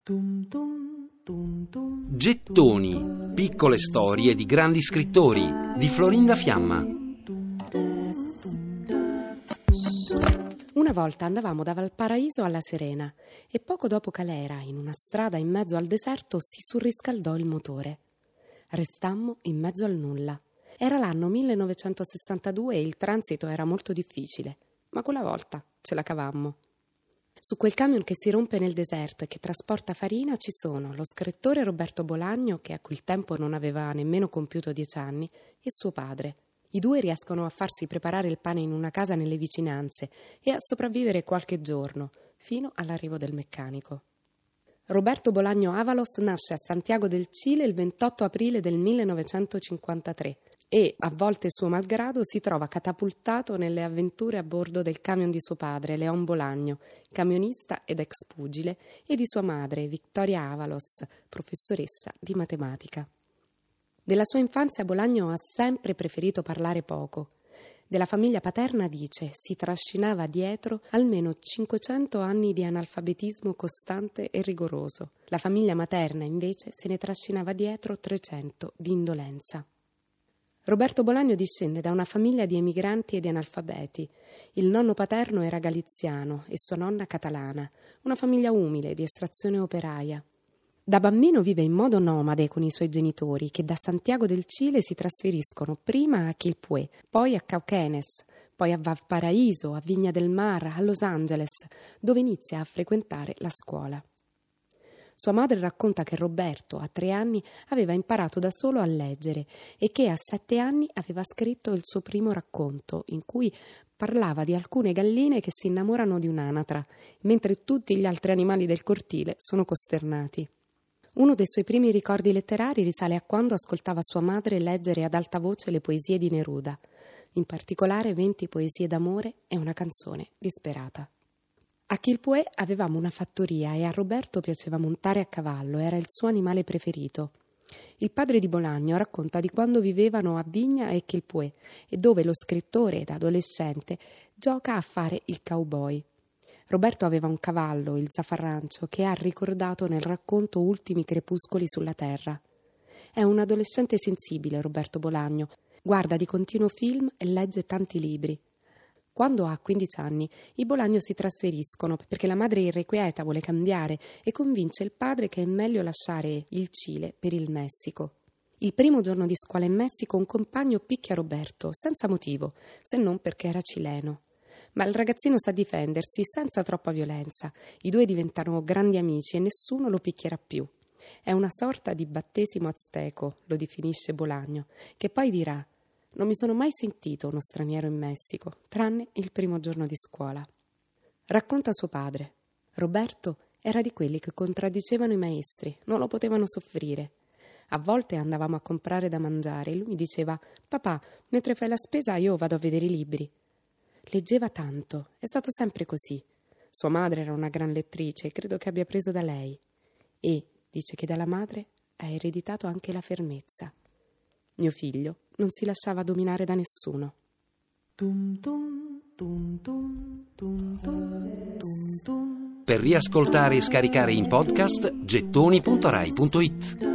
Gettoni, piccole storie di grandi scrittori di Florinda Fiamma. Una volta andavamo da Valparaíso alla Serena e poco dopo Calera, in una strada in mezzo al deserto, si surriscaldò il motore. Restammo in mezzo al nulla. Era l'anno 1962 e il transito era molto difficile, ma quella volta ce la cavammo. Su quel camion che si rompe nel deserto e che trasporta farina ci sono lo scrittore Roberto Bolaño, che a quel tempo non aveva nemmeno compiuto 10 anni, e suo padre. I due riescono a farsi preparare il pane in una casa nelle vicinanze e a sopravvivere qualche giorno, fino all'arrivo del meccanico. Roberto Bolaño Ávalos nasce a Santiago del Cile il 28 aprile del 1953 e, a volte suo malgrado, si trova catapultato nelle avventure a bordo del camion di suo padre, León Bolaño, camionista ed ex pugile, e di sua madre, Victoria Ávalos, professoressa di matematica. Della sua infanzia Bolaño ha sempre preferito parlare poco. Della famiglia paterna dice si trascinava dietro almeno 500 anni di analfabetismo costante e rigoroso. La famiglia materna invece se ne trascinava dietro 300 di indolenza. Roberto Bolaño discende da una famiglia di emigranti e di analfabeti. Il nonno paterno era galiziano e sua nonna catalana, una famiglia umile di estrazione operaia. Da bambino vive in modo nomade con i suoi genitori, che da Santiago del Cile si trasferiscono prima a Quilpué, poi a Cauquenes, poi a Valparaíso, a Viña del Mar, a Los Angeles, dove inizia a frequentare la scuola. Sua madre racconta che Roberto, a 3 anni, aveva imparato da solo a leggere e che a 7 anni aveva scritto il suo primo racconto, in cui parlava di alcune galline che si innamorano di un'anatra, mentre tutti gli altri animali del cortile sono costernati. Uno dei suoi primi ricordi letterari risale a quando ascoltava sua madre leggere ad alta voce le poesie di Neruda, in particolare 20 poesie d'amore e una canzone disperata. A Quilpué avevamo una fattoria e a Roberto piaceva montare a cavallo, era il suo animale preferito. Il padre di Bolaño racconta di quando vivevano a Vigna e Quilpué e dove lo scrittore, da adolescente, gioca a fare il cowboy. Roberto aveva un cavallo, il zafarrancio, che ha ricordato nel racconto Ultimi crepuscoli sulla terra. È un adolescente sensibile, Roberto Bolaño. Guarda di continuo film e legge tanti libri. Quando ha 15 anni, i Bolaño si trasferiscono perché la madre irrequieta vuole cambiare e convince il padre che è meglio lasciare il Cile per il Messico. Il primo giorno di scuola in Messico un compagno picchia Roberto, senza motivo, se non perché era cileno. Ma il ragazzino sa difendersi senza troppa violenza. I due diventano grandi amici e nessuno lo picchierà più. È una sorta di battesimo azteco, lo definisce Bolaño, che poi dirà: non mi sono mai sentito uno straniero in Messico, tranne il primo giorno di scuola. Racconta suo padre. Roberto era di quelli che contraddicevano i maestri, non lo potevano soffrire. A volte andavamo a comprare da mangiare e lui mi diceva: papà, mentre fai la spesa io vado a vedere i libri. Leggeva tanto, è stato sempre così. Sua madre era una gran lettrice e credo che abbia preso da lei. E dice che dalla madre ha ereditato anche la fermezza. Mio figlio non si lasciava dominare da nessuno. Per riascoltare e scaricare in podcast gettoni.rai.it